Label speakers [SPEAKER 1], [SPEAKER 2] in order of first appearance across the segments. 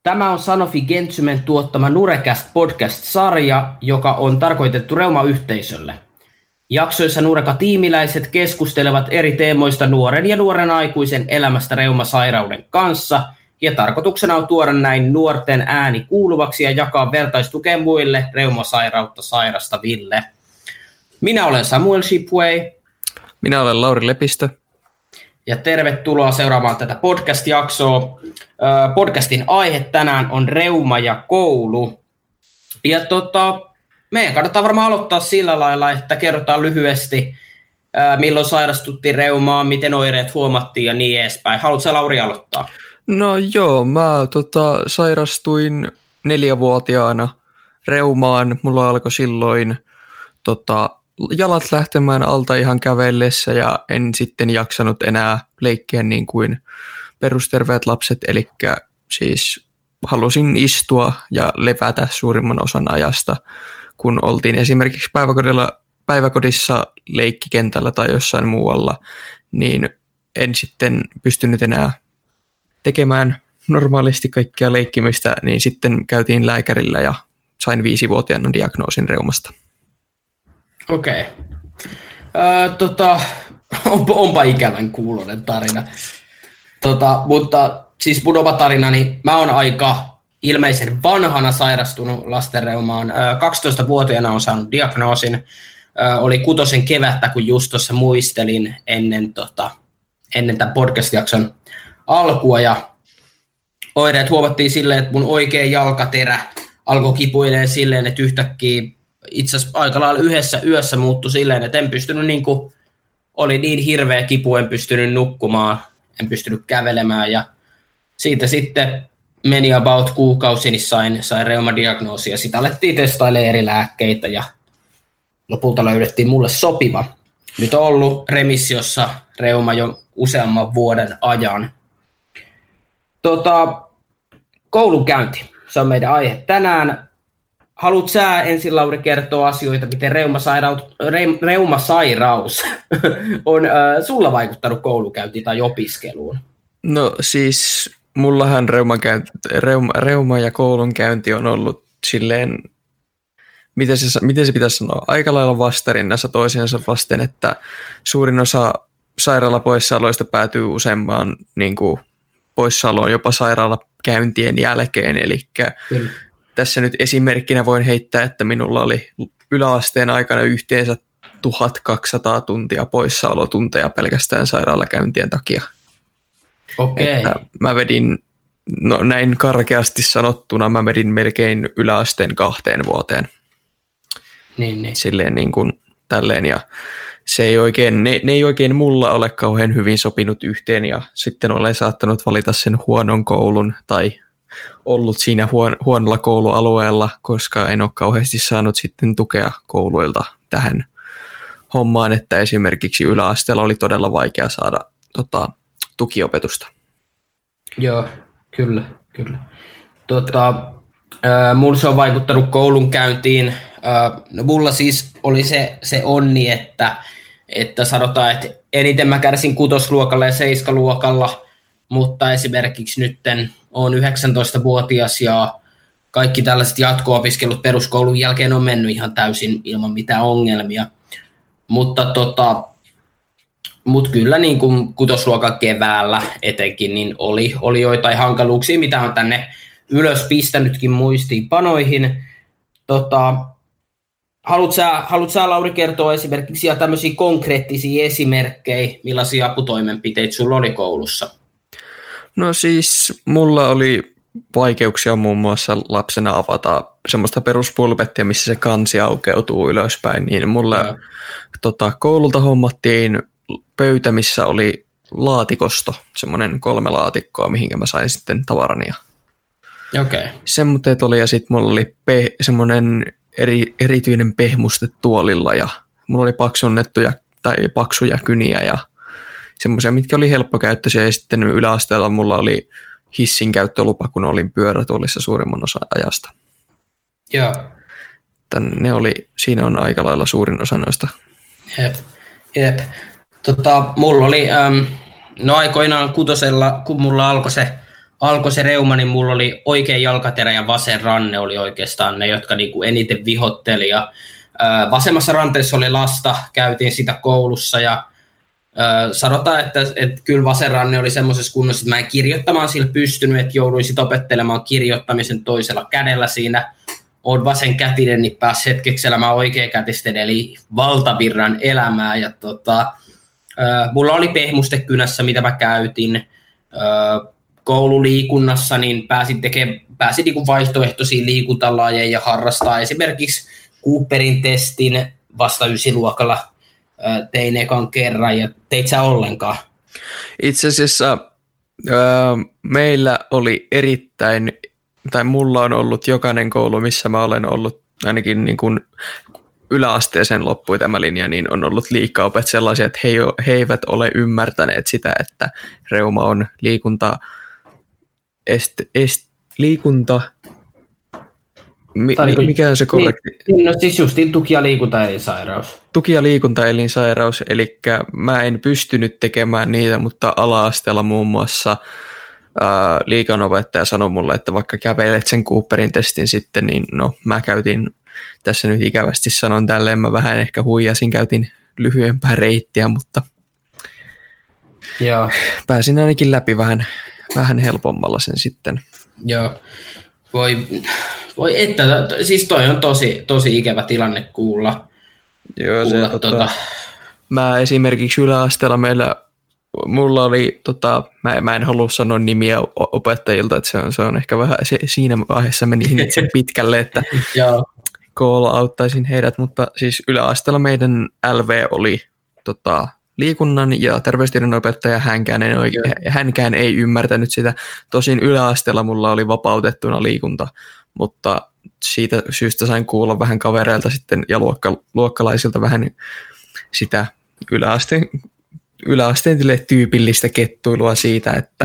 [SPEAKER 1] Tämä on Sanofi Gentsymen tuottama Nurecast podcast-sarja, joka on tarkoitettu reumayhteisölle. Jaksoissa Nureka-tiimiläiset keskustelevat eri teemoista nuoren ja nuoren aikuisen elämästä reumasairauden kanssa, ja tarkoituksena on tuoda näin nuorten ääni kuuluvaksi ja jakaa vertaistukea muille reumasairautta sairastaville. Minä olen Samuel Shipway.
[SPEAKER 2] Minä olen Lauri Lepistö.
[SPEAKER 1] Ja tervetuloa seuraamaan tätä podcast-jaksoa. Podcastin aihe tänään on reuma ja koulu. Ja meidän kannattaa varmaan aloittaa sillä lailla, että kerrotaan lyhyesti, milloin sairastuttiin reumaan, miten oireet huomattiin ja niin edespäin. Haluatko Lauri aloittaa?
[SPEAKER 2] No joo, mä sairastuin 4-vuotiaana reumaan. Mulla alkoi silloin jalat lähtemään alta ihan kävellessä ja en sitten jaksanut enää leikkiä niin kuin perusterveet lapset, eli siis halusin istua ja levätä suurimman osan ajasta, kun oltiin esimerkiksi päiväkodissa leikkikentällä tai jossain muualla, niin en sitten pystynyt enää tekemään normaalisti kaikkia leikkimistä, niin sitten käytiin lääkärillä ja sain 5-vuotiaana diagnoosin reumasta.
[SPEAKER 1] Okei. Onpa ikävän kuuloinen tarina. Mutta siis mun oma tarinani, mä oon aika ilmeisen vanhana sairastunut lastenreumaan. 12-vuotiaana on saanut diagnoosin. Oli 6. kevättä, kun just tuossa muistelin ennen tämän podcast-jakson alkua. Ja oireet huomattiin silleen, että mun oikea jalkaterä alkoi kipuilemaan silleen, että yhtäkkiä itse asiassa aika lailla yhdessä yössä muuttui silleen, että en pystynyt oli niin hirveä kipu, en pystynyt nukkumaan, en pystynyt kävelemään ja siitä sitten meni about kuukausi, niin sain reumadiagnoosi ja sitten alettiin testailemaan eri lääkkeitä ja lopulta löydettiin mulle sopiva. Nyt on ollut remissiossa reuma jo useamman vuoden ajan. Koulunkäynti, se on meidän aihe tänään. Haluatko sä ensin, Lauri, kertoa asioita, miten reumasairaus on sulla vaikuttanut koulukäyntiin tai opiskeluun?
[SPEAKER 2] No siis mullahan reuma ja koulunkäynti on ollut silleen, miten se pitäisi sanoa, aika lailla vastarinnassa toisiinsa vasten, että suurin osa sairaalapoissaoloista päätyy useamman niin kuin poissaoloon jopa sairaalakäyntien jälkeen, eli tässä nyt esimerkkinä voin heittää, että minulla oli yläasteen aikana yhteensä 1200 tuntia poissaolotunteja pelkästään sairaalakäyntien takia.
[SPEAKER 1] Okei.
[SPEAKER 2] Että mä vedin, no näin karkeasti sanottuna, mä vedin melkein yläasteen 2 vuoteen.
[SPEAKER 1] Niin.
[SPEAKER 2] Silleen niin kuin tälleen ja se ei oikein, ne ei oikein mulla ole kauhean hyvin sopinut yhteen ja sitten olen saattanut valita sen huonon koulun tai ollut siinä huonolla koulualueella, koska en ole kauheasti saanut sitten tukea kouluilta tähän hommaan, että esimerkiksi yläasteella oli todella vaikea saada tukiopetusta.
[SPEAKER 1] Joo, kyllä. Mulla se on vaikuttanut koulunkäyntiin. Mulla siis oli se onni, että sanotaan, että eniten mä kärsin 6-luokalla ja 7-luokalla, mutta esimerkiksi nytten olen 19-vuotias ja kaikki tällaiset jatko-opiskelut peruskoulun jälkeen on mennyt ihan täysin ilman mitään ongelmia. Mutta kyllä niin kuin 6-luokan keväällä etenkin niin oli joitain hankaluuksia, mitä on tänne ylös pistänytkin muistiinpanoihin. Haluatko sä, Lauri, kertoa esimerkiksi tämmöisiä konkreettisia esimerkkejä, millaisia aputoimenpiteitä sulla oli koulussa?
[SPEAKER 2] No siis mulla oli vaikeuksia muun muassa lapsena avata semmoista peruspulpettia, missä se kansi aukeutuu ylöspäin, niin mulla koululta hommattiin pöytä, missä oli laatikosto, semmoinen 3 laatikkoa, mihinkä mä sain sitten tavarani.
[SPEAKER 1] Okei.
[SPEAKER 2] Semmoiset oli ja sitten mulla oli semmoinen erityinen pehmuste tuolilla ja mulla oli paksuja kyniä ja semmoisia, mitkä oli helppokäyttöisiä ja sitten yläasteella mulla oli hissin käyttölupa, kun olin pyörätuolissa suurimman osan ajasta.
[SPEAKER 1] Joo.
[SPEAKER 2] Siinä on aika lailla suurin osa noista.
[SPEAKER 1] Jep. Mulla oli, aikoinaan 6, kun mulla alkoi se alkoi se reuma, niin mulla oli oikea jalkaterä ja vasen ranne oli oikeastaan ne, jotka niinku eniten vihotteli. Ja, vasemmassa ranteessa oli lasta, käytiin sitä koulussa ja sanotaan, että kyllä vasen ranne oli semmoisessa kunnossa, että mä en kirjoittamaan sillä pystynyt, että jouduin sitten opettelemaan kirjoittamisen toisella kädellä siinä. Olen vasenkätinen, niin pääsi hetkeksi elämään oikeakätisten, eli valtavirran elämää. Ja mulla oli pehmuste kynässä, mitä mä käytin. Koululiikunnassa, niin pääsin niinku vaihtoehtoisiin liikuntalajeja ja harrastaa esimerkiksi Cooperin testin vasta 9-luokalla tein ekan kerran, ja teit sä ollenkaan?
[SPEAKER 2] Itse asiassa meillä oli mulla on ollut jokainen koulu, missä mä olen ollut ainakin niin kuin yläasteeseen loppui tämä linja, niin on ollut liikkaopet sellaisia, että he eivät ole ymmärtäneet sitä, että reuma on mikä on se korrekti?
[SPEAKER 1] No siis justiin tuki- ja liikuntaelinsairaus.
[SPEAKER 2] Tuki- ja liikuntaelinsairaus, eli mä en pystynyt tekemään niitä, mutta ala-asteella muun muassa liikanopettaja sanoi mulle, että vaikka kävelet sen Cooperin testin sitten, niin no mä käytin, tässä nyt ikävästi sanon tälleen, mä vähän ehkä huijasin, käytin lyhyempää reittiä, mutta
[SPEAKER 1] joo.
[SPEAKER 2] Pääsin ainakin läpi vähän helpommalla sen sitten.
[SPEAKER 1] Joo, voi että, siis toi on tosi ikävä tilanne kuulla.
[SPEAKER 2] Joo, mä esimerkiksi yläasteella mulla oli, mä en halua sanoa nimiä opettajilta, että se on ehkä vähän, siinä vaiheessa meni itse pitkälle, että auttaisin heidät, mutta siis yläasteella meidän LV oli liikunnan ja terveystiedon opettaja, hänkään ei ymmärtänyt sitä. Tosin yläasteella mulla oli vapautettuna liikunta, mutta siitä syystä sain kuulla vähän kavereilta sitten ja luokkalaisilta vähän sitä yläasteen tyypillistä kettuilua siitä, että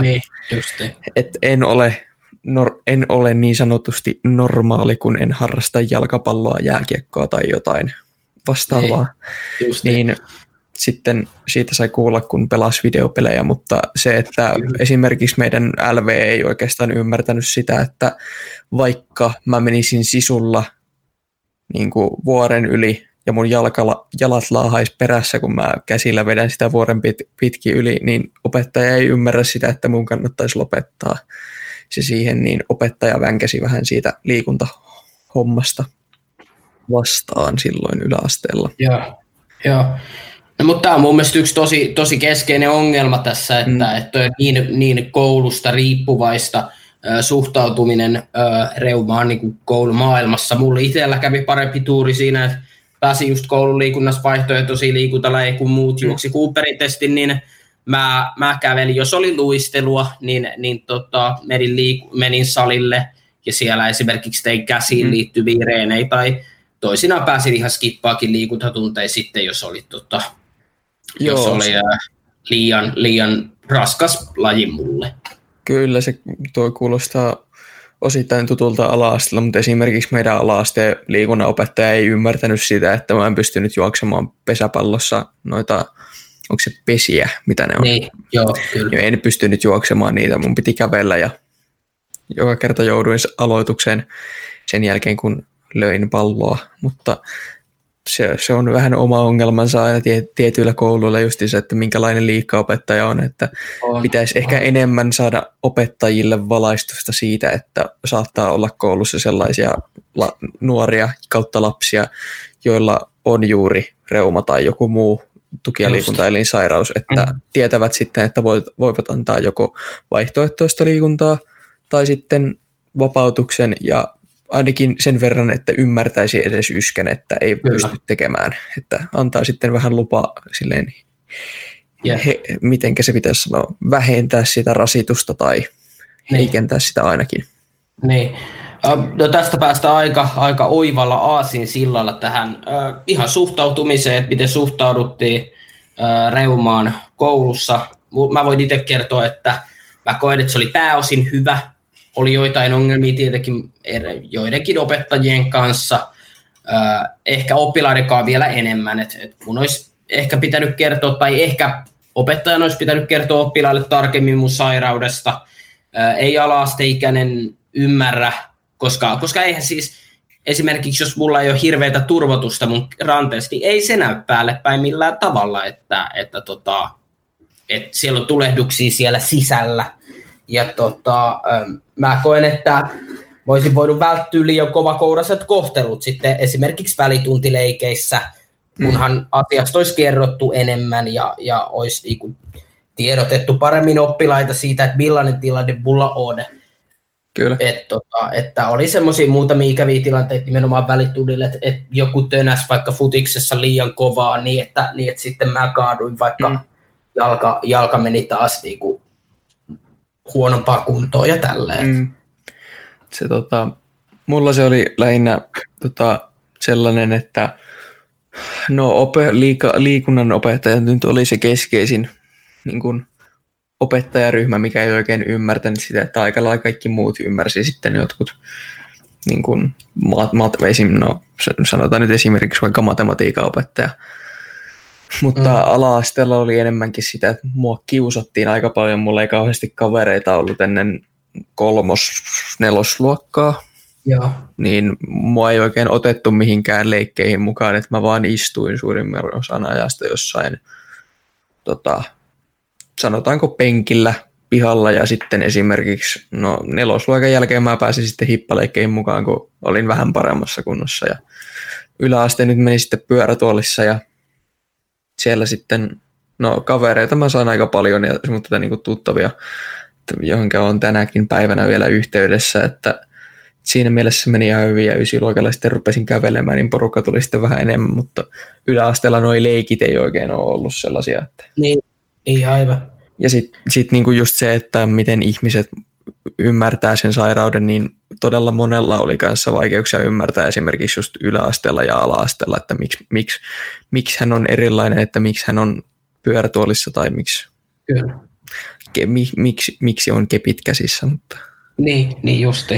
[SPEAKER 2] en ole niin sanotusti normaali, kun en harrasta jalkapalloa, jääkiekkoa tai jotain vastaavaa. Niin sitten siitä sai kuulla, kun pelasi videopelejä, mutta se, että esimerkiksi meidän LV ei oikeastaan ymmärtänyt sitä, että vaikka mä menisin sisulla niin kuin vuoren yli ja mun jalat laahais perässä, kun mä käsillä vedän sitä vuoren pitkin yli, niin opettaja ei ymmärrä sitä, että mun kannattaisi lopettaa se siihen, niin opettaja vänkäsi vähän siitä liikuntahommasta vastaan silloin yläasteella.
[SPEAKER 1] Joo. No, mutta tämä on mun mielestä yksi tosi keskeinen ongelma tässä, että niin koulusta riippuvaista suhtautuminen reumaan niin kuin koulumaailmassa. Mulla itsellä kävi parempi tuuri siinä, että pääsin just koululiikunnassa vaihtoehtoisia liikuntalajeja, kun muut juoksi Cooperin testin, niin mä kävelin, jos oli luistelua, niin menin salille ja siellä esimerkiksi tein käsiin liittyviä reenejä tai toisinaan pääsin ihan skippaakin liikuntatunteja sitten, jos oli, jos oli liian raskas laji mulle.
[SPEAKER 2] Kyllä, se tuo kuulostaa osittain tutulta ala-asteella, mutta esimerkiksi meidän ala-asteen liikunnanopettaja ei ymmärtänyt sitä, että mä en pystynyt juoksemaan pesäpallossa noita, onko se pesiä, mitä ne on?
[SPEAKER 1] Niin, joo, kyllä.
[SPEAKER 2] En pystynyt juoksemaan niitä, mun piti kävellä ja joka kerta jouduin aloitukseen sen jälkeen, kun löin palloa, mutta se on vähän oma ongelmansa aina tietyillä kouluilla just se, että minkälainen liikkaopettaja on, että pitäisi ehkä enemmän saada opettajille valaistusta siitä, että saattaa olla koulussa sellaisia nuoria kautta lapsia, joilla on juuri reuma tai joku muu tuki- ja liikuntaelinsairaus, että tietävät sitten, että voivat antaa joko vaihtoehtoista liikuntaa tai sitten vapautuksen ja ainakin sen verran, että ymmärtäisi edes yskän, että ei pysty tekemään, että antaa sitten vähän lupaa silleen, mitenkä se pitäisi sanoa, vähentää sitä rasitusta tai heikentää sitä ainakin.
[SPEAKER 1] Niin. No tästä päästään aika oivalla aasinsillalla tähän ihan suhtautumiseen, että miten suhtauduttiin reumaan koulussa. Mä voin itse kertoa, että mä koen, että se oli pääosin hyvä. Oli joitain ongelmia tietenkin joidenkin opettajien kanssa, ehkä oppilaidenkaan vielä enemmän. Et mun olisi ehkä pitänyt kertoa, tai ehkä opettajan olisi pitänyt kertoa oppilaille tarkemmin mun sairaudesta. ei ala-asteikäinen ymmärrä, koska eihän siis esimerkiksi jos mulla ei ole hirveätä turvotusta mun ranteessa, niin ei se näy päälle päin millään tavalla, että siellä on tulehduksia siellä sisällä. Ja mä koen, että voisin voinut välttyä liian kovakouraiset kohtelut sitten esimerkiksi välituntileikeissä, kunhan asiasta olisi kerrottu enemmän ja olisi niinku tiedotettu paremmin oppilaita siitä, että millainen tilanne mulla on.
[SPEAKER 2] Kyllä.
[SPEAKER 1] Että oli semmoisia muutamia ikäviä tilanteita nimenomaan välitunnille, että joku tönäs vaikka futiksessa liian kovaa niin, että sitten mä kaaduin, vaikka jalka meni taas niinku huonompaa kuntoon ja tälleen.
[SPEAKER 2] Se, mulla se oli lähinnä sellainen, että liikunnan opettaja nyt oli se keskeisin niin kuin opettajaryhmä, mikä ei oikein ymmärtänyt sitä, että aika lailla kaikki muut ymmärsi sitten jotkut niin kuin sanotaan nyt esimerkiksi vaikka matematiikan opettaja. Mutta ala-asteella oli enemmänkin sitä, että mua kiusattiin aika paljon. Mulla ei kauheasti kavereita ollut ennen 3.–4. luokkaa.
[SPEAKER 1] Joo.
[SPEAKER 2] Niin mua ei oikein otettu mihinkään leikkeihin mukaan, että mä vaan istuin suurimman osan ajasta jossain sanotaanko penkillä pihalla ja sitten esimerkiksi 4. luokan jälkeen mä pääsin sitten hippaleikkeihin mukaan, kun olin vähän paremmassa kunnossa ja yläaste nyt meni sitten pyörätuolissa ja siellä sitten, kavereita mä saan aika paljon ja mutta niin kuin tuttavia, johonkin on tänäkin päivänä vielä yhteydessä, että siinä mielessä meni ihan hyvin ja 9-luokalla sitten rupesin kävelemään, niin porukka tuli sitten vähän enemmän, mutta yläasteella nuo leikit ei oikein ole ollut sellaisia. Että...
[SPEAKER 1] Niin, ei aivan.
[SPEAKER 2] Ja sitten niinku just se, että miten ihmiset ymmärtää sen sairauden, niin todella monella oli kanssa vaikeuksia ymmärtää esimerkiksi just yläasteella ja ala-asteella, että miksi hän on erilainen, että miksi hän on pyörätuolissa tai miksi on kepit käsissä. Mutta...
[SPEAKER 1] Niin justiin.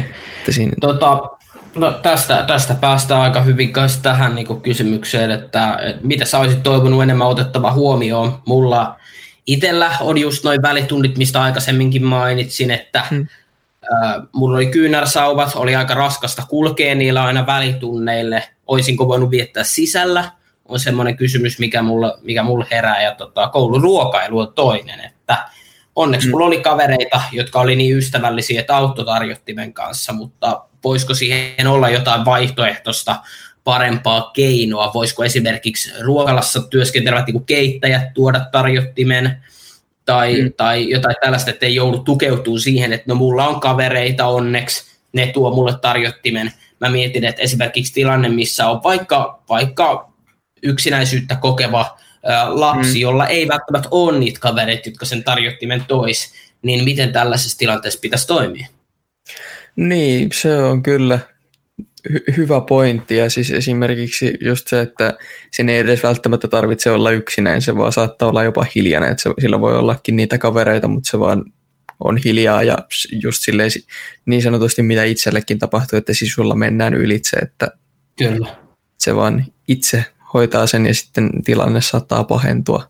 [SPEAKER 1] Tästä päästään aika hyvin kanssa tähän niin kysymykseen, että mitä sä olisit toivonut enemmän otettava huomioon. Mulla itsellä on just noin välitunnit, mistä aikaisemminkin mainitsin, että mulla oli kyynärsauvat, oli aika raskasta kulkea niillä aina välitunneille. Oisinko voinut viettää sisällä? On semmoinen kysymys, mikä mulla herää, ja kouluruokailu on toinen, että onneksi mulla oli kavereita, jotka oli niin ystävällisiä, että autotarjottimen kanssa, mutta voisiko siihen olla jotain vaihtoehtoista, parempaa keinoa? Voisiko esimerkiksi ruokalassa työskentelevät niin keittäjät tuoda tarjottimen tai jotain tällaista, että ei joudu tukeutumaan siihen, että mulla on kavereita onneksi, ne tuo mulle tarjottimen. Mä mietin, että esimerkiksi tilanne, missä on vaikka yksinäisyyttä kokeva lapsi, jolla ei välttämättä ole niitä kavereita, jotka sen tarjottimen tois, niin miten tällaisessa tilanteessa pitäisi toimia? Niin,
[SPEAKER 2] se on kyllä hyvä pointti, ja siis esimerkiksi just se, että sen ei edes välttämättä tarvitse olla yksinäin, se vaan saattaa olla jopa hiljainen, että sillä voi ollakin niitä kavereita, mutta se vaan on hiljaa ja just silleen niin sanotusti mitä itsellekin tapahtuu, että sisulla mennään ylitse, että
[SPEAKER 1] kyllä.
[SPEAKER 2] Se vaan itse hoitaa sen ja sitten tilanne saattaa pahentua.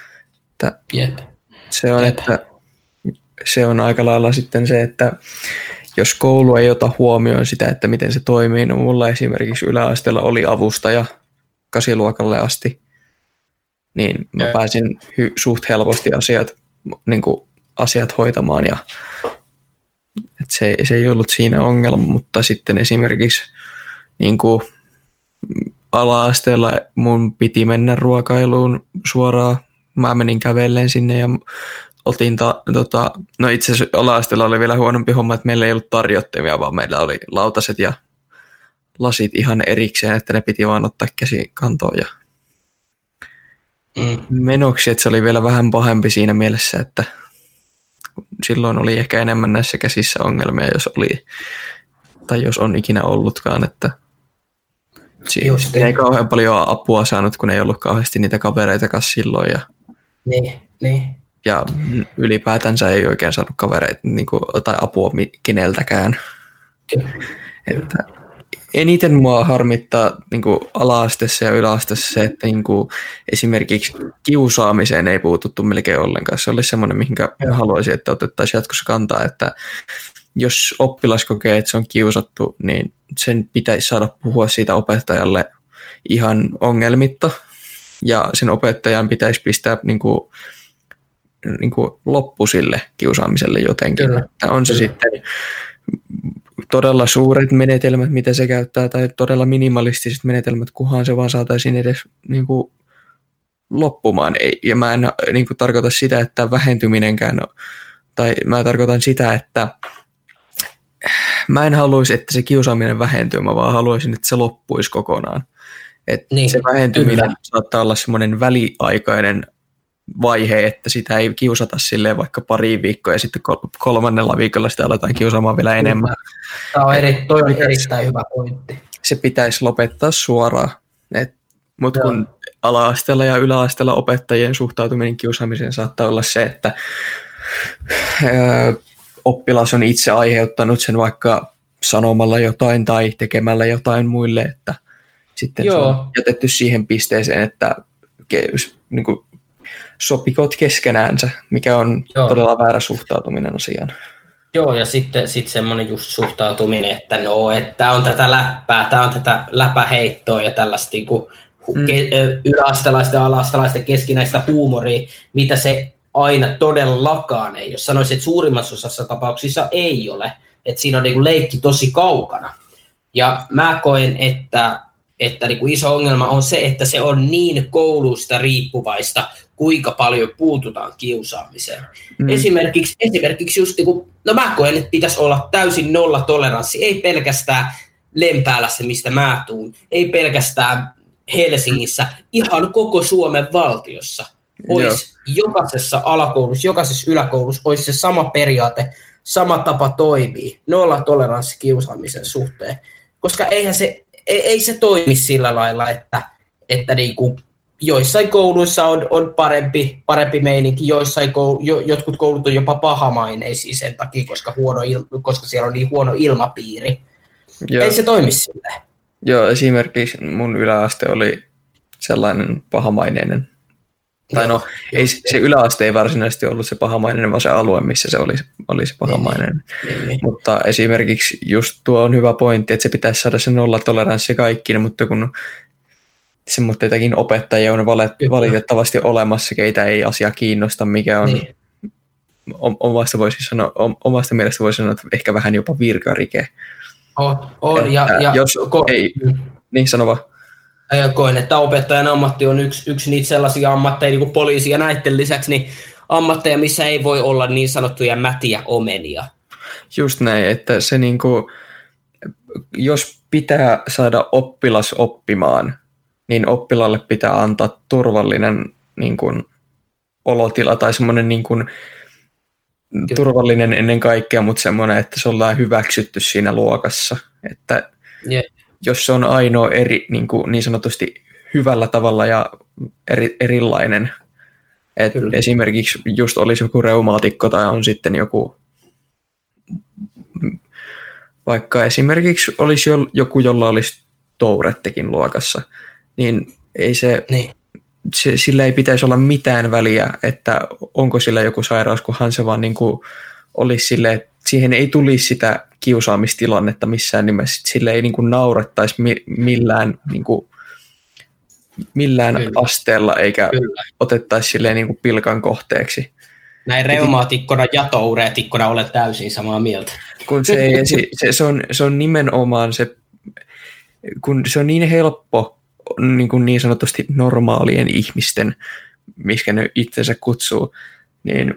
[SPEAKER 2] Se on aika lailla sitten se, että jos koulu ei ota huomioon sitä, että miten se toimii, no mulla esimerkiksi yläasteella oli avustaja 8-luokalle asti, niin mä pääsin suht helposti asiat hoitamaan ja se ei ollut siinä ongelma, mutta sitten esimerkiksi niin kuin ala-asteella mun piti mennä ruokailuun suoraan. Mä menin kävelleen sinne ja otin itse asiassa ala-asteella oli vielä huonompi homma, että meillä ei ollut tarjottimia, vaan meillä oli lautaset ja lasit ihan erikseen, että ne piti vaan ottaa käsikantoon ja menoksi, että se oli vielä vähän pahempi siinä mielessä, että silloin oli ehkä enemmän näissä käsissä ongelmia, jos oli, tai jos on ikinä ollutkaan, että siinä ei kauhean paljon apua saanut, kun ei ollut kauheasti niitä kavereita kanssa silloin.
[SPEAKER 1] Niin.
[SPEAKER 2] Ja ylipäätänsä ei oikein saanut kavereita tai apua keneltäkään. Että eniten mua harmittaa niin kuin ala-asteessa ja yläasteessa se, että niin kuin esimerkiksi kiusaamiseen ei puututtu melkein ollenkaan. Se olisi semmoinen, mihinkä haluaisin, että otettaisiin jatkossa kantaa, että jos oppilas kokee, että se on kiusattu, niin sen pitäisi saada puhua siitä opettajalle ihan ongelmitta. Ja sen opettajan pitäisi pistää niin kuin loppu sille kiusaamiselle jotenkin. Kyllä. On se sitten todella suuret menetelmät, mitä se käyttää, tai todella minimalistiset menetelmät, kunhan se vaan saataisiin edes niin kuin loppumaan. Ja mä en niin kuin tarkoita sitä, että vähentyminenkään, tai mä tarkoitan sitä, että mä en haluaisi, että se kiusaaminen vähentyy, mä vaan haluaisin, että se loppuisi kokonaan. Että niin, se vähentyminen kyllä saattaa olla semmoinen väliaikainen vaihe, että sitä ei kiusata silleen vaikka pari viikkoa ja sitten 3. viikolla sitä aletaan kiusaamaan vielä enemmän.
[SPEAKER 1] Tämä on erittäin hyvä pointti.
[SPEAKER 2] Se pitäisi lopettaa suoraan. Mutta kun ala-asteella ja yläasteella opettajien suhtautuminen kiusaamiseen saattaa olla se, että oppilas on itse aiheuttanut sen vaikka sanomalla jotain tai tekemällä jotain muille, että sitten se on jätetty siihen pisteeseen, että niin kuin sopikot keskenäänsä, mikä on todella väärä suhtautuminen asiaan.
[SPEAKER 1] Joo, ja sitten semmoinen just suhtautuminen, että että tämä on tätä läppää, tämä on tätä läpäheittoa ja tällaista niin kuin yläastelaisten ja ala-astelaisten keskinäistä huumoria, mitä se aina todellakaan ei. Jos sanoisin, että suurimmassa osassa tapauksissa ei ole, että siinä on niin kuin leikki tosi kaukana. Ja mä koen, että niin kuin iso ongelma on se, että se on niin koulusta riippuvaista, kuinka paljon puututaan kiusaamiseen. Esimerkiksi just niin kuin, mä koen, että pitäisi olla täysin nollatoleranssi, ei pelkästään Lempäälässä, mistä mä tuun, ei pelkästään Helsingissä, ihan koko Suomen valtiossa. Olisi jokaisessa alakoulussa, jokaisessa yläkoulussa olisi se sama periaate, sama tapa toimii, nollatoleranssi kiusaamisen suhteen, koska ei se toimi sillä lailla, että niinku joissain kouluissa on parempi meininki, jotkut koulut on jopa pahamaineisia sen takia, koska siellä on niin huono ilmapiiri. Joo. Ei se toimi silleen.
[SPEAKER 2] Joo, esimerkiksi mun yläaste oli sellainen pahamaineinen. Tai no, ei, se yläaste ei varsinaisesti ollut se pahamaineinen, vaan se alue, missä se oli se pahamaineinen. Mutta esimerkiksi just tuo on hyvä pointti, että se pitäisi saada se nollatoleranssi kaikkiin, mutta kun semmoittakin opettajia on valitettavasti olemassa, keitä ei asia kiinnosta, mikä on omasta mielestä voisi sanoa, että ehkä vähän jopa virkarike.
[SPEAKER 1] On,
[SPEAKER 2] jos ei, niin sano vaan.
[SPEAKER 1] Koen, että opettajan ammatti on yksi niitä sellaisia ammatteja, niin kuin poliisi ja näiden lisäksi, niin ammatteja, missä ei voi olla niin sanottuja mätiä omenia.
[SPEAKER 2] Just näin, että se niinku, jos pitää saada oppilas oppimaan, niin oppilaalle pitää antaa turvallinen niin kuin, olotila tai semmoinen niin kuin, turvallinen ennen kaikkea, mutta semmoinen, että se ollaan hyväksytty siinä luokassa. Että jos se on ainoa niin sanotusti hyvällä tavalla ja erilainen, että esimerkiksi just olisi joku reumaatikko tai on sitten joku, vaikka esimerkiksi olisi joku, jolla olisi Tourettekin luokassa, niin ei sillä ei pitäisi olla mitään väliä, että onko sillä joku sairaus, kunhan se vaan niin kuin olisi silleen, että siihen ei tulisi sitä kiusaamistilannetta missään nimessä, sille ei niin kuin naurettaisi millään asteella eikä otettaisi silleen niin kuin pilkan kohteeksi.
[SPEAKER 1] Näin reumatikkona ja toureetikkona olen täysin samaa mieltä.
[SPEAKER 2] Kun se on nimenomaan se, kun se on niin helppo niin sanotusti normaalien ihmisten, miskä ne itsensä kutsuu, niin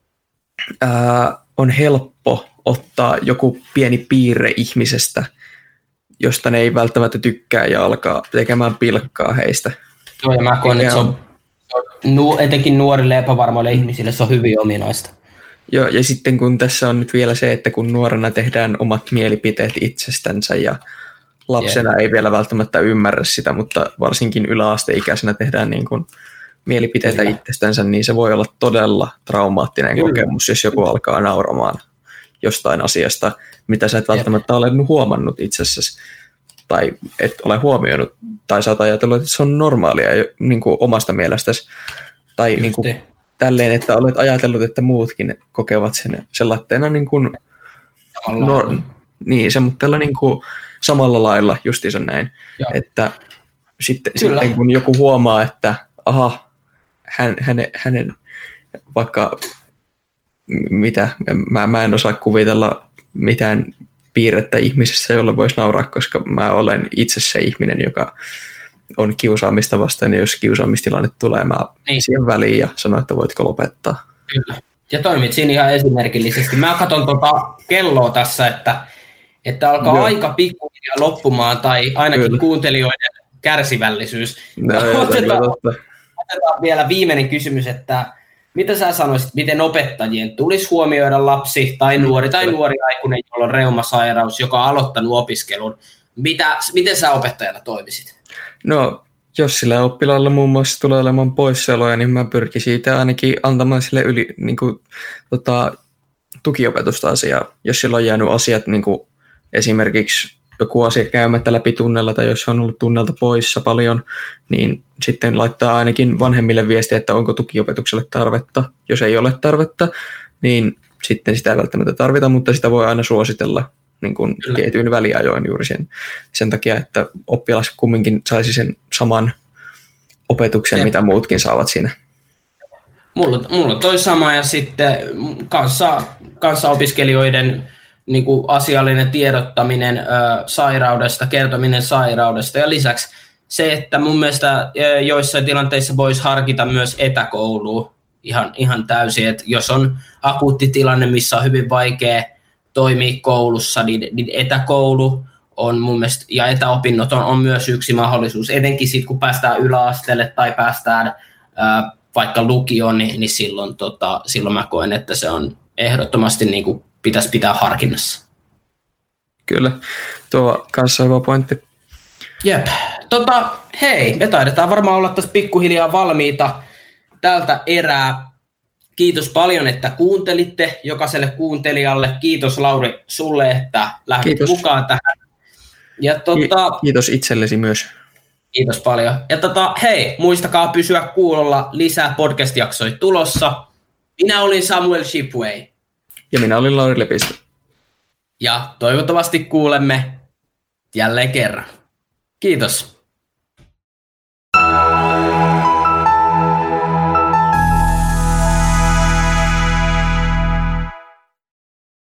[SPEAKER 2] on helppo ottaa joku pieni piirre ihmisestä, josta ne ei välttämättä tykkää ja alkaa tekemään pilkkaa heistä.
[SPEAKER 1] Joo, ja mä koen, että se on etenkin nuorille epävarmoille ihmisille se on hyvin ominaista.
[SPEAKER 2] Joo, ja sitten kun tässä on nyt vielä se, että kun nuorena tehdään omat mielipiteet itsestänsä ja lapsena ei vielä välttämättä ymmärrä sitä, mutta varsinkin yläasteikäisenä tehdään niin kuin mielipiteitä itsestänsä, niin se voi olla todella traumaattinen kokemus, jos joku alkaa nauramaan jostain asiasta, mitä sä et välttämättä ole huomannut itsessäsi. tai et ole huomioinut, tai sä oot ajatellut, että se on normaalia niin kuin omasta mielestäsi, tai niin kuin tälleen, että olet ajatellut, että muutkin kokevat sen sellaisena niin kuin, semmoisella niin kuin samalla lailla justiinsa näin, joo. Että sitten kun joku huomaa, että aha, hänen vaikka mitä, mä en osaa kuvitella mitään piirrettä ihmisessä, jolle voisi nauraa, koska mä olen itse se ihminen, joka on kiusaamista vastaan, ja jos kiusaamistilanne tulee, mä siihen väliin ja sanon, että voitko lopettaa.
[SPEAKER 1] Kyllä. Ja toimit siinä ihan esimerkillisesti. Mä katson kelloa tässä, että alkaa aika pikkuhiljaa loppumaan, tai ainakin kuuntelijoiden kärsivällisyys. Otetaan vielä viimeinen kysymys, että mitä sä sanoisit, miten opettajien tulisi huomioida lapsi tai nuori aikuinen, jolla on reumasairaus, joka on alittanut opiskelun? Miten sä opettajana toimisit?
[SPEAKER 2] No, jos sillä oppilaalla muun muassa tulee olemaan poissaoloja, niin mä pyrkisin siitä ainakin antamaan sille tukiopetusta asiaa. Jos sillä on jäänyt asiat, niin kuin esimerkiksi joku asia käymättä läpi tunnella tai jos on ollut tunnelta poissa paljon, niin sitten laittaa ainakin vanhemmille viestiä, että onko tukiopetukselle tarvetta. Jos ei ole tarvetta, niin sitten sitä ei välttämättä tarvita, mutta sitä voi aina suositella niin kuin tietyin väliajoin juuri sen takia, että oppilas kumminkin saisi sen saman opetuksen, mitä muutkin saavat siinä.
[SPEAKER 1] Mulla on toi sama ja sitten kanssa opiskelijoiden niin kuin asiallinen tiedottaminen sairaudesta, kertominen sairaudesta ja lisäksi se, että mun mielestä joissain tilanteissa voisi harkita myös etäkoulua ihan täysin, että jos on akuutti tilanne, missä on hyvin vaikea toimia koulussa, niin etäkoulu on mun mielestä, ja etäopinnot on myös yksi mahdollisuus, etenkin sitten kun päästään yläasteelle tai päästään vaikka lukioon, niin silloin mä koen, että se on ehdottomasti niin kuin pitäisi pitää harkinnassa.
[SPEAKER 2] Kyllä, tuo kanssa hyvä pointti.
[SPEAKER 1] Jep. Hei, me taidetaan varmaan olla tässä pikkuhiljaa valmiita tältä erää. Kiitos paljon, että kuuntelitte jokaiselle kuuntelijalle. Kiitos Lauri sulle, että lähdit mukaan tähän. Ja
[SPEAKER 2] kiitos itsellesi myös.
[SPEAKER 1] Kiitos paljon. Ja hei, muistakaa pysyä kuulolla, lisää podcast-jaksoja tulossa. Minä olin Samuel Shipway.
[SPEAKER 2] Ja minä olin Lauri Lepistö.
[SPEAKER 1] Ja toivottavasti kuulemme jälleen kerran. Kiitos.